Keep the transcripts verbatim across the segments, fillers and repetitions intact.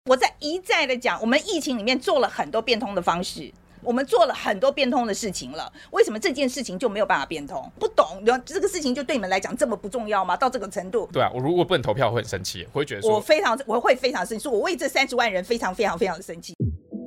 我在一再的讲，我们疫情里面做了很多变通的方式。我们做了很多变通的事情了，为什么这件事情就没有办法变通？不懂，这个事情就对你们来讲这么不重要吗？到这个程度？ 对啊，我如果不能投票，我会很生气，我会觉得说， 我非常，我会非常生气，我为这三十万人非常非常非常的生气。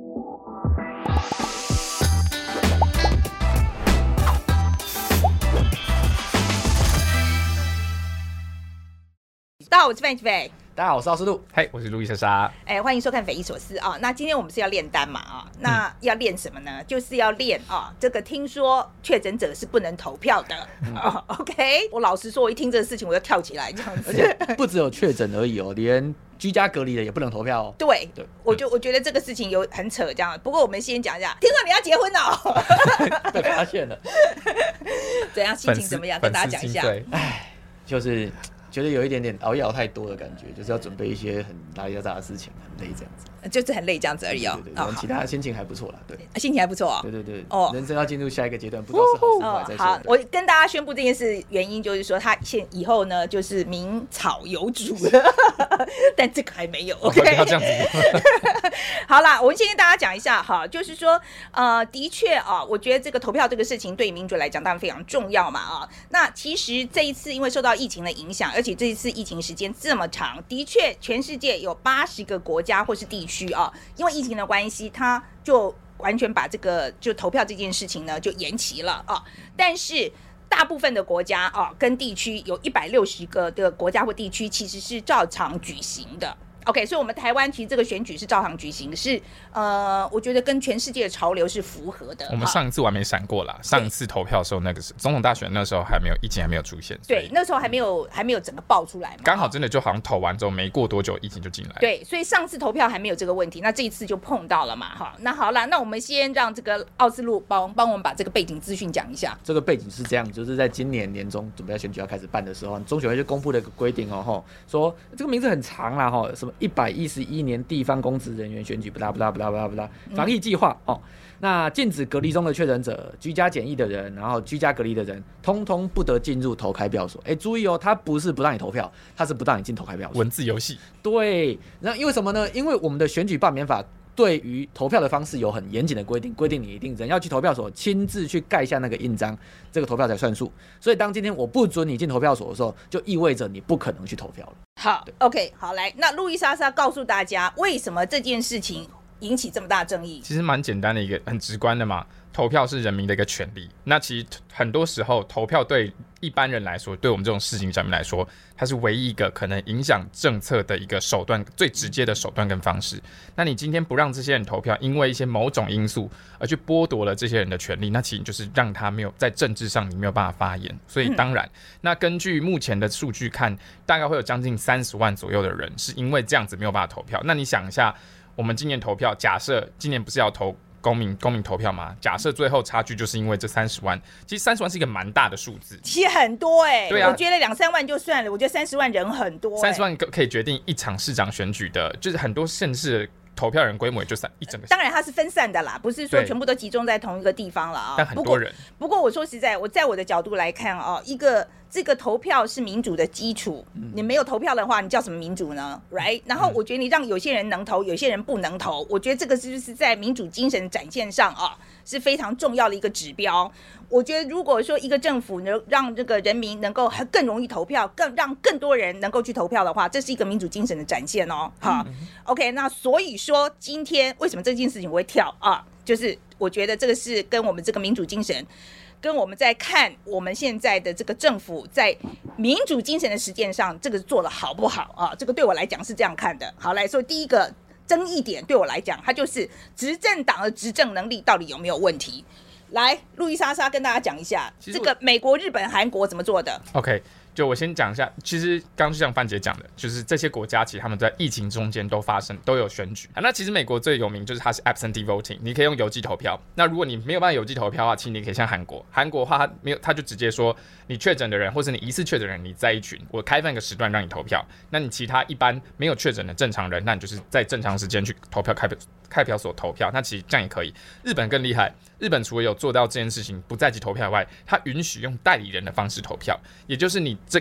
大家好，我是范琪斐。 大家好，我是奥斯陆。 嘿，我是路易莎莎。 哎，欢迎收看匪夷所思啊！那今天我们是要练单嘛啊？那要练什么呢？嗯、就是要练啊！这个听说确诊者是不能投票的、嗯啊、OK， 我老实说，我一听这个事情我就跳起来这样子。 而且不只有确诊而已哦，连居家隔离的也不能投票哦。 对对，我就我觉得这个事情有很扯这样。不过我们先讲一下，听说你要结婚哦， 被发现了。 怎样？心情怎么样？跟大家讲一下。 哎，就是。觉得有一点点熬夜熬太多的感觉，就是要准备一些很拉里拉杂的事情，很累这样子， 就是很累这样子而已哦。 对对对，哦、其他心情还不错啦，对， 心情还不错哦。 对对对，哦，人生要进入下一个阶段，不知道是好是坏再说。 好，我跟大家宣布这件事原因就是说，他现以后呢就是名草有主了，但这个还没有。OK， 不要这样子。 好啦，我们先跟大家讲一下哈，就是说，呃，的确啊，我觉得这个投票这个事情对民主来讲当然非常重要嘛啊。那其实这一次因为受到疫情的影响，而且这一次疫情时间这么长，的确全世界有八十个国家或是地区啊，因为疫情的关系，它就完全把这个就投票这件事情呢就延期了啊。但是大部分的国家啊跟地区有一百六十个的国家或地区其实是照常举行的。OK， 所以我们台湾其实这个选举是照常举行，是呃，我觉得跟全世界的潮流是符合的。 我们上一次我还没闪过啦，上一次投票的时候，那个是总统大选，那时候还没有疫情还没有出现， 对，那时候还没有还没有整个爆出来嘛， 刚好真的就好像投完之后没过多久，疫情就进来。 对，所以上次投票还没有这个问题，那这一次就碰到了嘛，哈。那好啦，那我们先让这个奥斯陆帮帮我们把这个背景资讯讲一下。 这个背景是这样，就是在今年年中准备要选举要开始办的时候，中选会就公布了一个规定哦，说这个名字很长啦，哈，什么一百一十一年地方公职人员选举，不啦不啦不啦不啦不啦，防疫计划哦，那禁止隔离中的确诊者、居家检疫的人，然后居家隔离的人，通通不得进入投开票所。哎，注意哦，他不是不让你投票，他是不让你进投开票所。 文字游戏。 对，那因为什么呢？因为我们的选举罢免法对于投票的方式有很严谨的规定，规定你一定人要去投票所亲自去盖下那个印章，这个投票才算数。所以当今天我不准你进投票所的时候，就意味着你不可能去投票了。 好 ，OK， 好，来，那路易莎莎告诉大家为什么这件事情引起这么大争议。 其实蛮简单的一个，很直观的嘛。投票是人民的一个权利，那其实很多时候投票对一般人来说，对我们这种市井小民来说，它是唯一一个可能影响政策的一个手段，最直接的手段跟方式。那你今天不让这些人投票，因为一些某种因素而去剥夺了这些人的权利，那其实就是让他没有在政治上你没有办法发言。所以当然，那根据目前的数据看，大概会有将近三十万左右的人是因为这样子没有办法投票。那你想一下，我们今年投票，假设今年不是要投公民公民投票吗？假设最后差距就是因为这三十万，其实三十万是一个蛮大的数字， 其实很多哎、欸。 对啊， 我觉得两三万就算了，我觉得三十万人很多、欸。 三十万可以决定一场市长选举的，就是很多县市的投票人规模也就一整个。 当然它是分散的啦，不是说全部都集中在同一个地方了啊。 但很多人。 不过我说实在，我在我的角度来看啊，一个。这个投票是民主的基础，你没有投票的话，你叫什么民主呢 ？Right？ 然后我觉得你让有些人能投，有些人不能投，我觉得这个就是在民主精神展现上啊是非常重要的一个指标。我觉得如果说一个政府能让这个人民能够更容易投票，更让更多人能够去投票的话，这是一个民主精神的展现哦。好 ，OK， 那所以说今天为什么这件事情我会跳啊？就是我觉得这个是跟我们这个民主精神。跟我们在看我们现在的这个政府在民主精神的实践上，这个做的好不好啊？这个对我来讲是这样看的。好，来说第一个争议点，对我来讲，它就是执政党的执政能力到底有没有问题。来，路易莎莎跟大家讲一下，这个美国、日本、韩国怎么做的 ？OK。就我先讲一下，其实刚刚就像范姐讲的，就是这些国家其实他们在疫情中间都发生都有选举、啊、那其实美国最有名就是它是 absentee voting， 你可以用邮寄投票。那如果你没有办法邮寄投票的话，其实你可以像韩国，韩国的话他没有，他就直接说你确诊的人或是你疑似确诊的人，你在一群，我开放一个时段让你投票。那你其他一般没有确诊的正常人，那你就是在正常时间去投票开票开票所投票。那其实这样也可以。日本更厉害，日本除了有做到这件事情不在籍投票以外，他允许用代理人的方式投票，也就是你这个你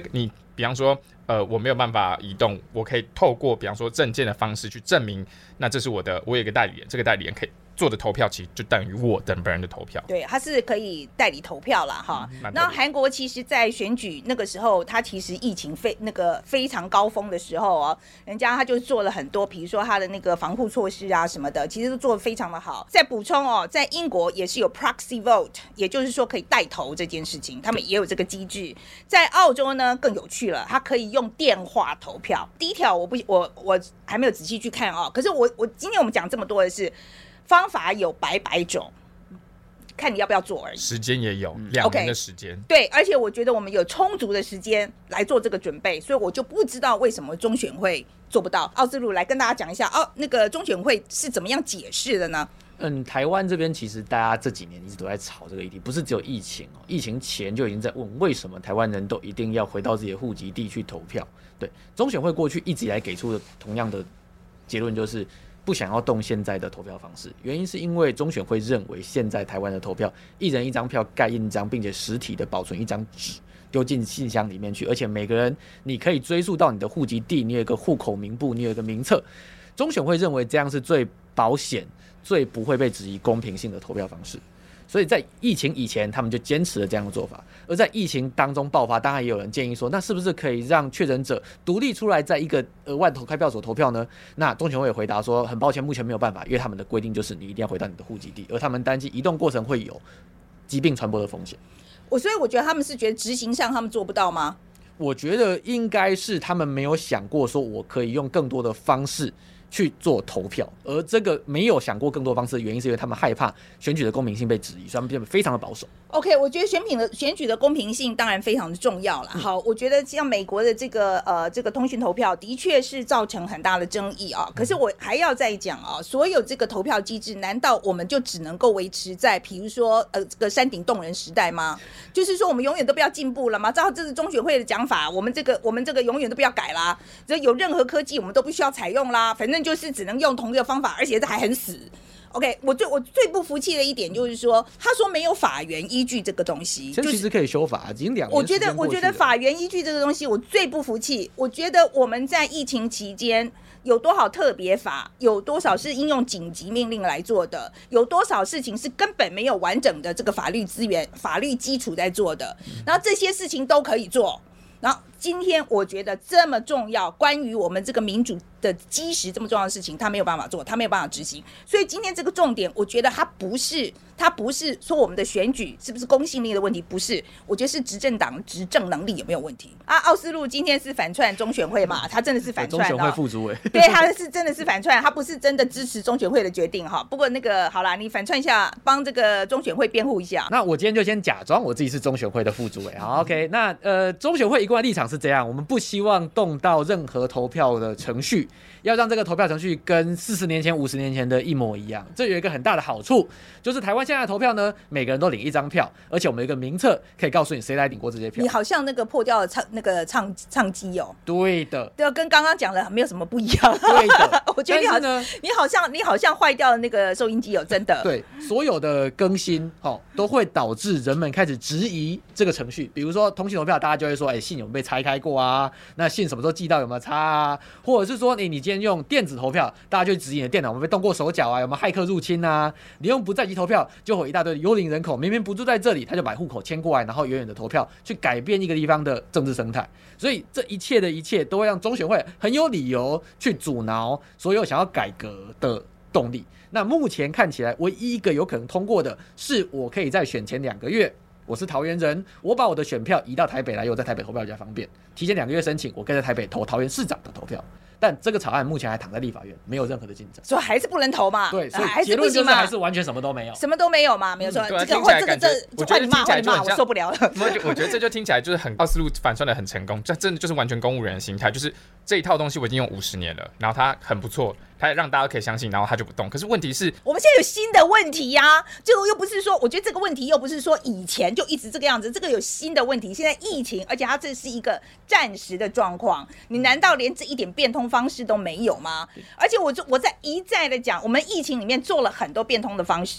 比方说，呃，我没有办法移动，我可以透过比方说证件的方式去证明，那这是我的，我有一个代理人，这个代理人可以做的投票，其实就等于我等本人的投票。 对，他是可以代理投票啦哈。 嗯、 那韩国其实，在选举那个时候，他其实疫情非那个非常高峰的时候哦，人家他就做了很多，比如说他的那个防护措施啊什么的，其实都做得非常的好。再补充哦，在英国也是有 proxy vote， 也就是说可以代投这件事情，他们也有这个机制。在澳洲呢更有趣了，他可以用电话投票。第一条我不我我还没有仔细去看哦，可是我我今天我们讲这么多的是。方法有百百种，看你要不要做而已。 时间也有两年的时间， okay, 对，而且我觉得我们有充足的时间来做这个准备，所以我就不知道为什么中选会做不到。奥斯陆来跟大家讲一下，哦，那个中选会是怎么样解释的呢？ 嗯，台湾这边其实大家这几年一直都在吵这个议题，不是只有疫情哦，疫情前就已经在问为什么台湾人都一定要回到自己的户籍地去投票。对，中选会过去一直以来给出的同样的结论就是。不想要动现在的投票方式，原因是因为中选会认为现在台湾的投票，一人一张票盖印章，并且实体的保存一张纸，丢进信箱里面去，而且每个人你可以追溯到你的户籍地，你有一个户口名簿，你有一个名册。中选会认为这样是最保险、最不会被质疑公平性的投票方式。所以在疫情以前，他们就坚持了这样的做法。而在疫情当中爆发，当然也有人建议说，那是不是可以让确诊者独立出来，在一个额外投开票所投票呢？那中选会也回答说，很抱歉，目前没有办法，因为他们的规定就是你一定要回到你的户籍地，而他们担心移动过程会有疾病传播的风险。 我所以我觉得他们是觉得执行上他们做不到吗？ 我觉得应该是他们没有想过说，我可以用更多的方式。去做投票，而这个没有想过更多方式的原因，是因为他们害怕选举的公平性被质疑，所以他们变得非常的保守。 OK， 我觉得选品的选举的公平性当然非常的重要了。好，我觉得像美国的这个呃这个通讯投票，的确是造成很大的争议啊。可是我还要再讲啊，所有这个投票机制，难道我们就只能够维持在比如说呃这个山顶洞人时代吗？就是说我们永远都不要进步了吗？照这是中选会的讲法，我们这个我们这个永远都不要改啦，只要有任何科技我们都不需要采用啦，反正就是只能用同一个方法，而且这还很死。OK， 我最我最不服气的一点就是说，他说没有法源依据这个东西， 其实可以修法，已经两年我觉得，我觉得法源依据这个东西，我最不服气。我觉得我们在疫情期间有多少特别法，有多少是应用紧急命令来做的，有多少事情是根本没有完整的这个法律资源、法律基础在做的，然后这些事情都可以做。然后今天我觉得这么重要，关于我们这个民主的基石这么重要的事情，他没有办法做，他没有办法执行。所以今天这个重点，我觉得它不是，它不是说我们的选举是不是公信力的问题，不是，我觉得是执政党执政能力有没有问题啊？奥斯陆今天是反串中选会嘛，他真的是反串、哦， 中选会副主委， 对，他是真的是反串，他不是真的支持中选会的决定哈。不过那个好啦，你反串一下，帮这个中选会辩护一下。 那我今天就先假装我自己是中选会的副主委，好 ，OK。那呃，中选会一贯立场是这样，我们不希望动到任何投票的程序，要让这个投票程序跟四十年前、五十年前的一模一样。这有一个很大的好处，就是台湾现在的投票呢，每个人都领一张票，而且我们有一个名册可以告诉你谁来领过这些票。 你好像那个破掉的唱那个唱唱机哦。 对的， 对，跟刚刚讲的没有什么不一样。 对的， 我觉得你好呢， 你好像你好像坏掉的那个收音机有真的。 对，所有的更新哦，都会导致人们开始质疑这个程序。比如说通信投票，大家就会说，哎，信有没有被拆开过啊？那信什么时候寄到有没有差啊？或者是说，你你今天用电子投票，大家就质疑你的电脑有没有被动过手脚啊？有没有骇客入侵啊？你用不在籍投票，就会有一大堆幽灵人口，明明不住在这里，他就把户口迁过来，然后远远的投票，去改变一个地方的政治生态。所以这一切的一切，都会让中选会很有理由去阻挠所有想要改革的动力。那目前看起来，唯一一个有可能通过的是，我可以在选前两个月。我是桃园人，我把我的选票移到台北来，因为我在台北投票比较方便。提前两个月申请，我可以在台北投桃园市长的投票。但这个草案目前还躺在立法院，没有任何的进展， 所以还是不能投嘛。 对，所以结论就是还是完全什么都没有， 什么都没有嘛，没有说、嗯、 对、啊， 这个听起来感觉， 这我觉得听起来就很我受不了了。 我我觉得这就听起来就是很奥斯陆反算的很成功，这真的就是完全公务人的心态，就是这一套东西我已经用五十年了，然后它很不错，它让大家可以相信，然后它就不动。可是问题是， 我们现在有新的问题呀、啊，这个又不是说，我觉得这个问题又不是说以前就一直这个样子，这个有新的问题，现在疫情，而且它这是一个暂时的状况，你难道连这一点变通方式都没有吗？而且我我在一再的讲，我们疫情里面做了很多变通的方式。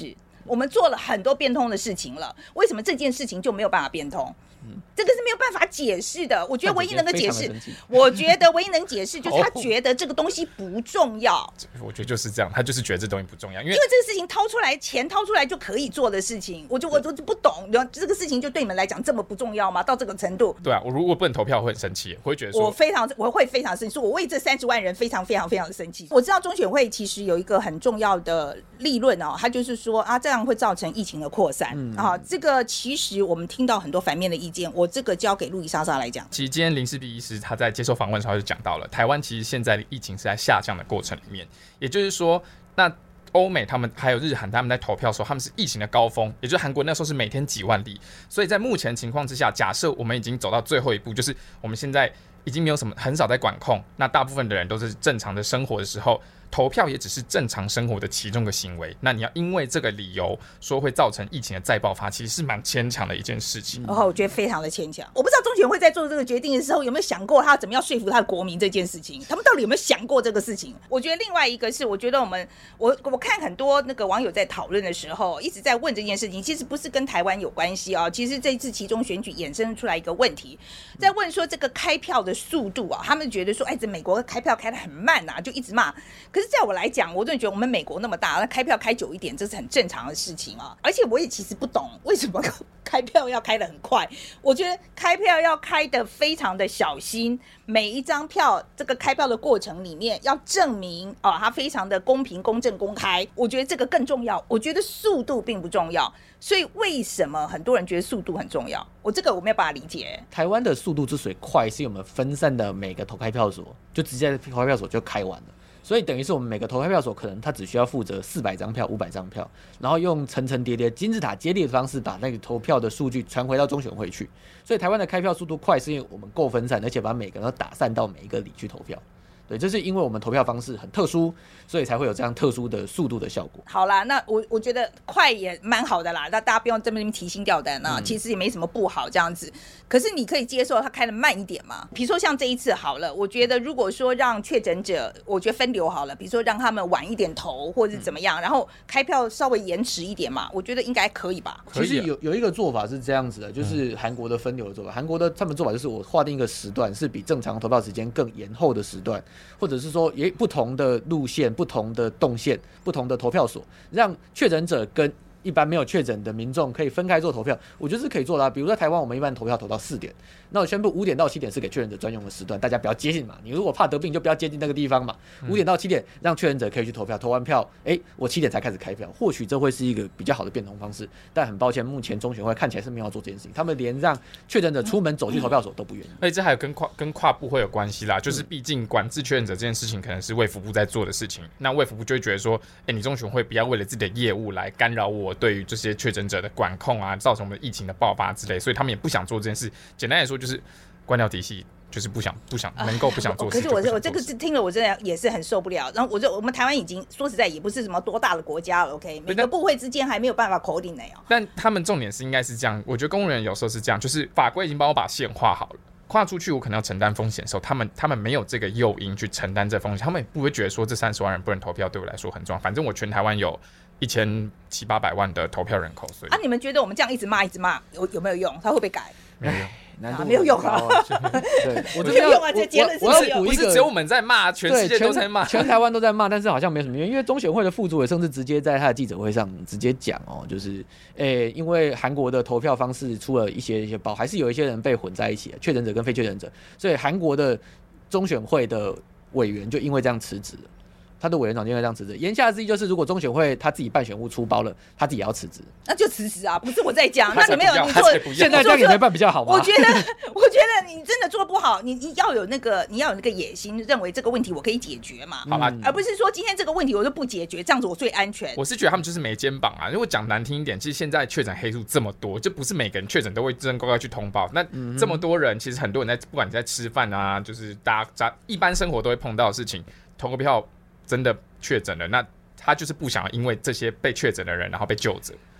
我们做了很多变通的事情了，为什么这件事情就没有办法变通？嗯、这个是没有办法解释的。我觉得唯一能够解释，我觉得唯一能解释就是他觉得这个东西不重要。 我觉得就是这样，他就是觉得这东西不重要，因为因为这个事情掏出来，钱掏出来就可以做的事情，我就我就不懂，这个事情就对你们来讲这么不重要吗？到这个程度？ 对啊，我如果不能投票，我会很生气，我会觉得说， 我非常我会非常生气，我为这三十万人非常非常非常的生气。我知道中选会其实有一个很重要的立论哦，他就是说啊，这样会造成疫情的扩散、嗯、啊。这个其实我们听到很多反面的意见，我这个交给路易莎莎来讲。 其实今天林世璧医师他在接受访问的时候就讲到了，台湾其实现在的疫情是在下降的过程里面，也就是说，那欧美他们还有日韩他们在投票的时候，他们是疫情的高峰，也就是韩国那时候是每天几万例，所以在目前情况之下，假设我们已经走到最后一步，就是我们现在已经没有什么很少在管控，那大部分的人都是正常的生活的时候，投票也只是正常生活的其中的行为。那你要因为这个理由说会造成疫情的再爆发，其实是蛮牵强的一件事情。 哦，我觉得非常的牵强。我不知道中选会在做这个决定的时候有没有想过他怎么样说服他的国民这件事情，他们到底有没有想过这个事情？我觉得另外一个是，我觉得我们我我看很多那个网友在讨论的时候，一直在问这件事情，其实不是跟台湾有关系啊、哦。其实这次期中选举衍生出来一个问题，在问说这个开票的速度啊，他们觉得说，哎，这美国开票开得很慢啊，就一直骂。可是在我来讲，我真的觉得我们美国那么大，那开票开久一点，这是很正常的事情啊。而且我也其实不懂为什么开票要开得很快，我觉得开票要开得非常的小心，每一张票这个开票的过程里面要证明哦，它非常的公平、公正、公开。我觉得这个更重要，我觉得速度并不重要。所以为什么很多人觉得速度很重要？我这个我没有办法理解。 台湾的速度之所以快，是因为我们分散的每个投开票所就直接投开票所就开完了。所以等于是我们每个投开票所可能他只需要负责四百张票、五百张票，然后用层层叠叠金字塔接力的方式把那个投票的数据传回到中选会去。所以台湾的开票速度快，是因为我们够分散，而且把每个人都打散到每一个里去投票。对，这是因为我们投票方式很特殊，所以才会有这样特殊的速度的效果。 好啦，那我我觉得快也蛮好的啦，那大家不用这么提心吊胆啊、嗯，其实也没什么不好这样子。可是你可以接受它开得慢一点嘛？比如说像这一次好了，我觉得如果说让确诊者，我觉得分流好了，比如说让他们晚一点投，或者是怎么样、嗯，然后开票稍微延迟一点嘛，我觉得应该可以吧？ 其实有有一个做法是这样子的，就是韩国的分流的做法。韩国的他们做法就是我划定一个时段，是比正常投票时间更延后的时段，或者是说也不同的路线、不同的动线、不同的投票所，让确诊者跟一般没有确诊的民众可以分开做投票，我觉得是可以做的、啊。比如在台湾，我们一般投票投到四点，那我宣布五点到七点是给确诊者专用的时段，大家不要接近嘛。你如果怕得病，就不要接近那个地方嘛。五点到七点让确诊者可以去投票，投完票，哎，我七点才开始开票，或许这会是一个比较好的变通方式。但很抱歉，目前中选会看起来是没有要做这件事情，他们连让确诊者出门走去投票所都不愿意。 而且这还有跟跨跟跨部会有关系啦，就是毕竟管制确诊者这件事情可能是卫福部在做的事情，那卫福部就会觉得说，哎，你中选会不要为了自己的业务来干扰我对于这些确诊者的管控啊，造成我们疫情的爆发之类，所以他们也不想做这件事。简单来说，就是关掉体系，就是不想不想能够不想做事。 可是我我这个听了，我真的也是很受不了。然后我就我们台湾已经说实在也不是什么多大的国家了 ，OK， 每个部会之间还没有办法 coordinate 哦。 但他们重点是应该是这样，我觉得公务员有时候是这样，就是法规已经帮我把线画好了。跨出去我可能要承担风险的时候，他们他们没有这个诱因去承担这风险，他们也不会觉得说这三十万人不能投票对我来说很重要。反正我全台湾有一千七八百万的投票人口，所以啊，你们觉得我们这样一直骂一直骂有有没有用？他会不会改？ 没有用。 啊、没有用啊！ 对， 我没有用啊！这结论是没有用。 不是只有我们在骂，全世界都在骂， 全台湾都在骂，但是好像没什么用，因为中选会的副主委甚至直接在他的记者会上直接讲哦，就是诶、欸，因为韩国的投票方式出了一些一些包，还是有一些人被混在一起，确诊者跟非确诊者，所以韩国的中选会的委员就因为这样辞职了。他的委员长就会这样辞职，言下之意就是，如果中选会他自己办选务出包了，他自己也要辞职， 那就辞职啊！不是我在讲，那你没有你做， 现在这样也没办比较好吗？ 我觉得，我觉得你真的做不好，你你要有那个，你要有那个野心，认为这个问题我可以解决嘛， 好吧、嗯， 而不是说今天这个问题我就不解决，这样子我最安全。 我是觉得他们就是没肩膀啊！如果讲难听一点，其实现在确诊黑数这么多，就不是每个人确诊都会真公开去通报。那这么多人，其实很多人在，不管你在吃饭啊，就是大家一般生活都会碰到的事情，投个票真的确诊了，那他就是不想因为这些被确诊的人然后被救责。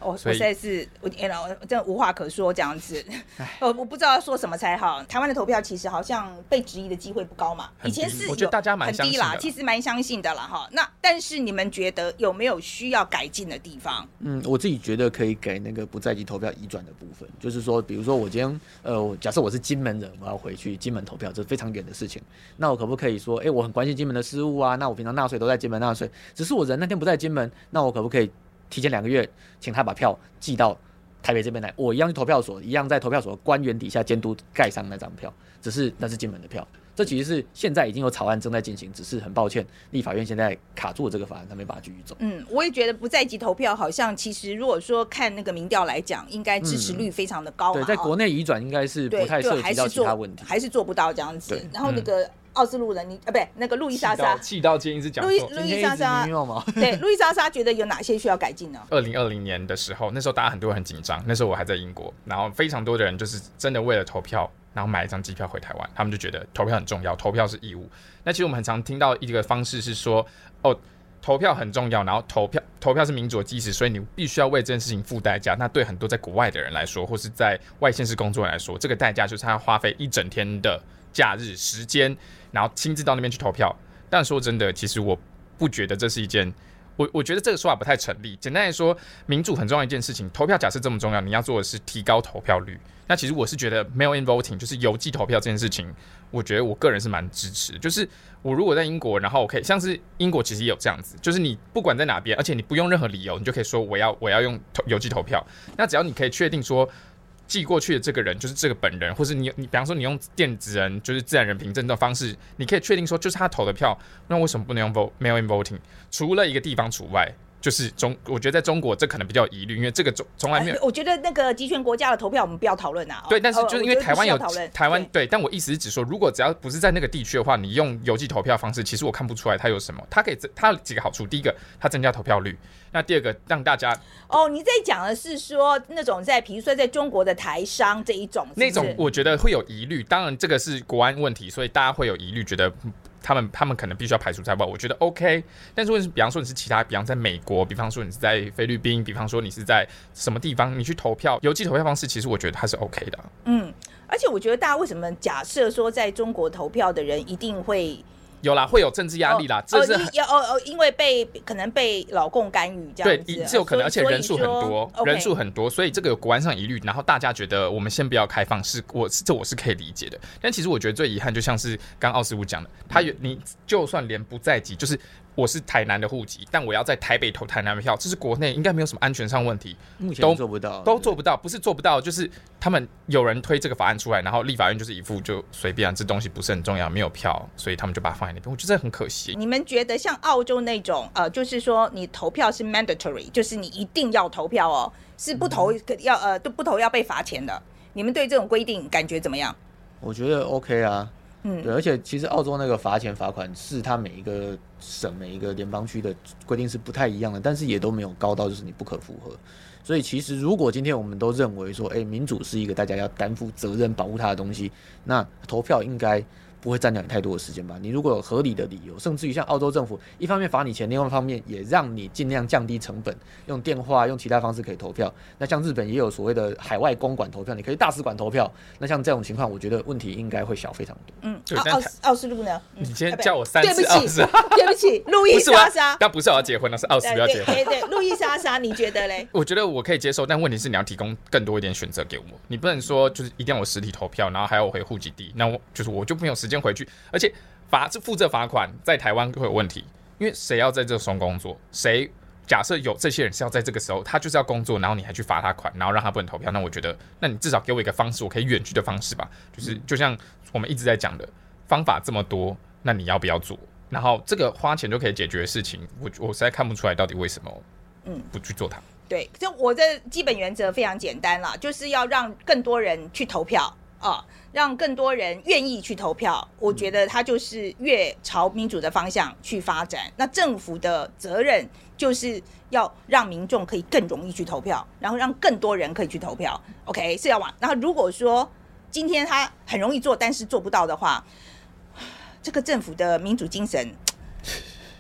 我实在是我我真的无话可说这样子，呃，我不知道要说什么才好。台湾的投票其实好像被质疑的机会不高嘛，以前是我觉得大家蛮很低啦，其实蛮相信的啦哈。那但是你们觉得有没有需要改进的地方？ 嗯，我自己觉得可以给那个不在籍投票移转的部分，就是说，比如说我今天呃，假设我是金门人，我要回去金门投票，这是非常远的事情，那我可不可以说，哎、欸，我很关心金门的事务啊，那我平常纳税都在金门纳税，只是我人那天不在金门，那我可不可以提前两个月，请他把票寄到台北这边来，我一样去投票所，一样在投票所官员底下监督盖上那张票，只是那是金门的票。这其实是现在已经有草案正在进行，只是很抱歉，立法院现在卡住了这个法案，他没办法继续走。 嗯，我也觉得不在籍投票好像其实如果说看那个民调来讲，应该支持率非常的高嘛、 嗯。对，在国内移转应该是不太涉及到其他问题， 还是做不到这样子。然后那个。嗯奥斯陆人，你啊，不对，那个路易莎莎， 气到今天一直讲错。 路易莎莎，对，路易莎莎觉得有哪些需要改进呢？ 二零二零年的时候，那时候大家很多人很紧张，那时候我还在英国，然后非常多的人就是真的为了投票，然后买一张机票回台湾，他们就觉得投票很重要，投票是义务。那其实我们很常听到一个方式是说，哦，投票很重要，然后投票投票是民主的基石，所以你必须要为这件事情付代价。那对很多在国外的人来说，或是在外县市工作人来说，这个代价就是他要花费一整天的假日时间，然后亲自到那边去投票。但说真的，其实我不觉得这是一件，我我觉得这个说法不太成立。简单来说，民主很重要一件事情，投票假设这么重要，你要做的是提高投票率。那其实我是觉得 mail-in voting 就是邮寄投票这件事情，我觉得我个人是蛮支持的。就是我如果在英国，然后我可以像是英国其实也有这样子，就是你不管在哪边，而且你不用任何理由，你就可以说我要我要用邮寄投票。那只要你可以确定说，寄过去的这个人就是这个本人，或是你你比方说你用电子人就是自然人凭证的方式，你可以确定说就是他投的票，那为什么不能用 vote, mail-in voting？ 除了一个地方除外。就是中，我觉得在中国这可能比较有疑虑，因为这个从来没有。 我觉得那个集权国家的投票我们不要讨论啊。 对，但是就是因为台湾有台湾对, 对，但我意思是指说，如果只要不是在那个地区的话，你用邮寄投票方式，其实我看不出来它有什么。它可以，它有几个好处，第一个，它增加投票率；那第二个，让大家哦，你在讲的是说那种在，比如说在中国的台商这一种是不是， 那种我觉得会有疑虑。当然，这个是国安问题，所以大家会有疑虑，觉得。他们他们可能必须要排除在外，我觉得 OK。但是，比方说你是其他，比方在美国，比方说你是在菲律宾，比方说你是在什么地方，你去投票，邮寄投票方式，其实我觉得它是 OK 的。 嗯，而且我觉得大家为什么假设说在中国投票的人一定会？ 有啦，会有政治压力啦， 哦、 这是哦哦，因为被可能被老共干预这样子， 对，是有可能，而且人数很多，人数很多，所以这个有国安上疑虑，然后大家觉得我们先不要开放，是我这我是可以理解的。但其实我觉得最遗憾，就像是刚奥斯武讲的，他有你就算连不在籍，就是我是台南的户籍，但我要在台北投台南的票，这是国内应该没有什么安全上问题， 目前都做不到， 都做不到，不是做不到，就是他们有人推这个法案出来，然后立法院就是一副就随便，这东西不是很重要，没有票，所以他们就把它放在那边，我觉得这很可惜。 你们觉得像澳洲那种，呃，就是说你投票是 mandatory， 就是你一定要投票哦，是不投、嗯、要呃不投要被罚钱的，你们对这种规定感觉怎么样？ 我觉得 OK 啊。嗯，对，而且其实澳洲那个罚钱罚款是它每一个省、每一个联邦区的规定是不太一样的，但是也都没有高到就是你不可符合。所以其实如果今天我们都认为说，哎，民主是一个大家要担负责任、保护它的东西，那投票应该不会占掉你太多的时间吧？你如果有合理的理由，甚至于像澳洲政府一方面罚你钱，另外一方面也让你尽量降低成本，用电话、用其他方式可以投票。那像日本也有所谓的海外公馆投票，你可以大使馆投票。那像这种情况，我觉得问题应该会小非常多。 嗯，奥奥奥斯陆呢？ 你今天叫我三次奥斯， 对不起，路易莎莎， 但不是我要结婚了，是奥斯陆要结婚。 对对，路易莎莎，你觉得嘞？ 我觉得我可以接受，但问题是你要提供更多一点选择给我，你不能说就是一定要我实体投票，然后还要我回户籍地，那我就是我就没有时间回去，而且。罚付这罚款在台湾会有问题，因为谁要在这个时候工作？谁假设有这些人是要在这个时候，他就是要工作，然后你还去罚他款，然后让他不能投票，那我觉得，那你至少给我一个方式，我可以远距的方式吧。就是就像我们一直在讲的，方法这么多，那你要不要做？然后这个花钱就可以解决的事情，我我实在看不出来到底为什么嗯不去做它。嗯、 对，就我的基本原则非常简单啦，就是要让更多人去投票。啊，让更多人愿意去投票，我觉得它就是越朝民主的方向去发展。那政府的责任就是要让民众可以更容易去投票，然后让更多人可以去投票。OK， 是要往。然后如果说今天他很容易做，但是做不到的话，这个政府的民主精神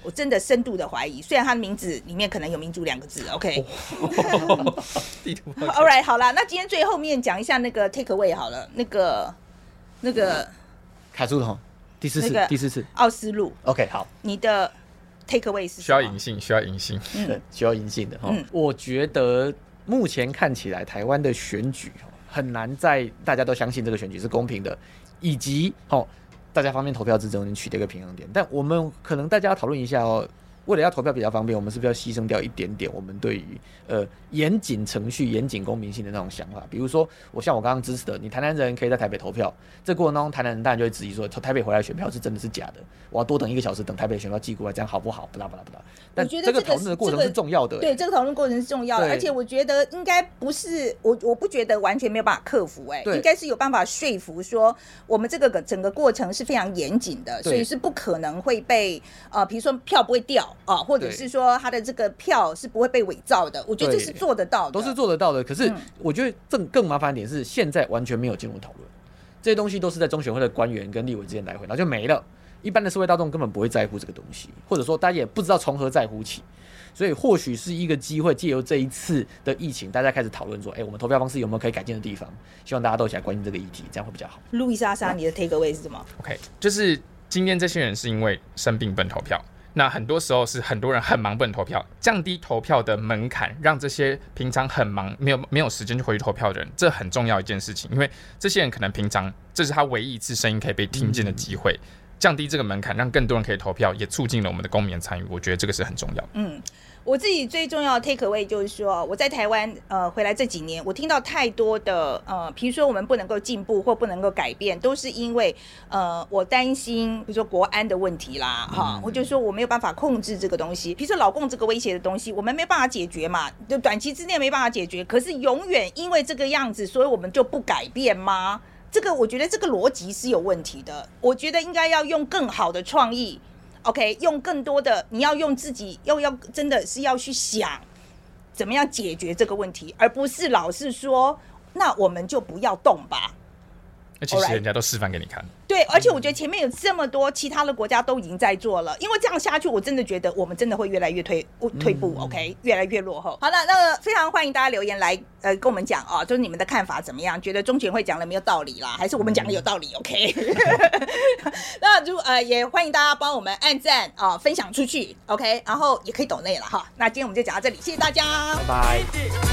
我真的深度的怀疑，虽然他的名字里面可能有民主两个字 ，OK。 地图 All right， 好啦，那今天最后面讲一下那个 take away 好了，那个那个卡住了，第四次，那個、第四次， 奥斯陆 ，OK， 好， 你的 take away 是什么？ 需要银杏，需要银杏， 嗯、对，需要银杏的哈、嗯。我觉得目前看起来台湾的选举很难在大家都相信这个选举是公平的，以及哦。大家方便投票之中，能取得一个平衡点。但我们可能大家要讨论一下哦，为了要投票比较方便，我们是不是要牺牲掉一点点我们对于呃严谨程序、严谨公平性的那种想法？比如说，我像我刚刚支持的，你台南人可以在台北投票，这过程当中，台南人当然就会质疑说，从台北回来选票是真的是假的，我要多等一个小时等台北选票寄过来，这样好不好？不啦不啦不啦。但这个讨论的过程是重要的、欸， 对，这个讨论过程是重要的，而且我觉得应该不是我，我不觉得完全没有办法克服、欸，哎，应该是有办法说服说我们这个整个过程是非常严谨的，所以是不可能会被呃，比如说票不会掉啊、呃，或者是说他的这个票是不会被伪造的，我觉得这是做得到的， 都是做得到的。可是我觉得更更麻烦一点是，现在完全没有进入讨论，这些东西都是在中选会的官员跟立委之间来回，然后就没了。一般的社会大众根本不会在乎这个东西，或者说大家也不知道从何在乎起，所以或许是一个机会，借由这一次的疫情，大家开始讨论说，哎、欸，我们投票方式有没有可以改进的地方？希望大家都一起来关心这个议题，这样会比较好。 路易莎莎，你的 take away 是什么 ？OK， 就是今天这些人是因为生病不能投票，那很多时候是很多人很忙不能投票，降低投票的门槛，让这些平常很忙没有没有时间去回去投票的人，这很重要一件事情，因为这些人可能平常这是他唯一一次声音可以被听见的机会。嗯，降低这个门槛，让更多人可以投票，也促进了我们的公民参与。我觉得这个是很重要。 嗯，我自己最重要的 take away 就是说，我在台湾呃回来这几年，我听到太多的呃，比如说我们不能够进步或不能够改变，都是因为呃我担心，比如说国安的问题啦，哈、嗯，或者说我没有办法控制这个东西，比如说老共这个威胁的东西，我们没办法解决嘛，就短期之内没办法解决，可是永远因为这个样子，所以我们就不改变吗？这个我觉得这个逻辑是有问题的，我觉得应该要用更好的创意 ，OK， 用更多的，你要用自己又要真的是要去想怎么样解决这个问题，而不是老是说那我们就不要动吧。 其实人家都示范给你看。 对，而且我觉得前面有这么多其他的国家都已经在做了，因为这样下去，我真的觉得我们真的会越来越退退步、嗯、，OK， 越来越落后。好了，那非常欢迎大家留言来呃跟我们讲啊，就是你们的看法怎么样？觉得中选会讲的没有道理啦，还是我们讲的有道理、嗯、？OK 。那就呃也欢迎大家帮我们按赞啊、呃，分享出去 ，OK， 然后也可以抖内了哈。那今天我们就讲到这里，谢谢大家， 拜拜。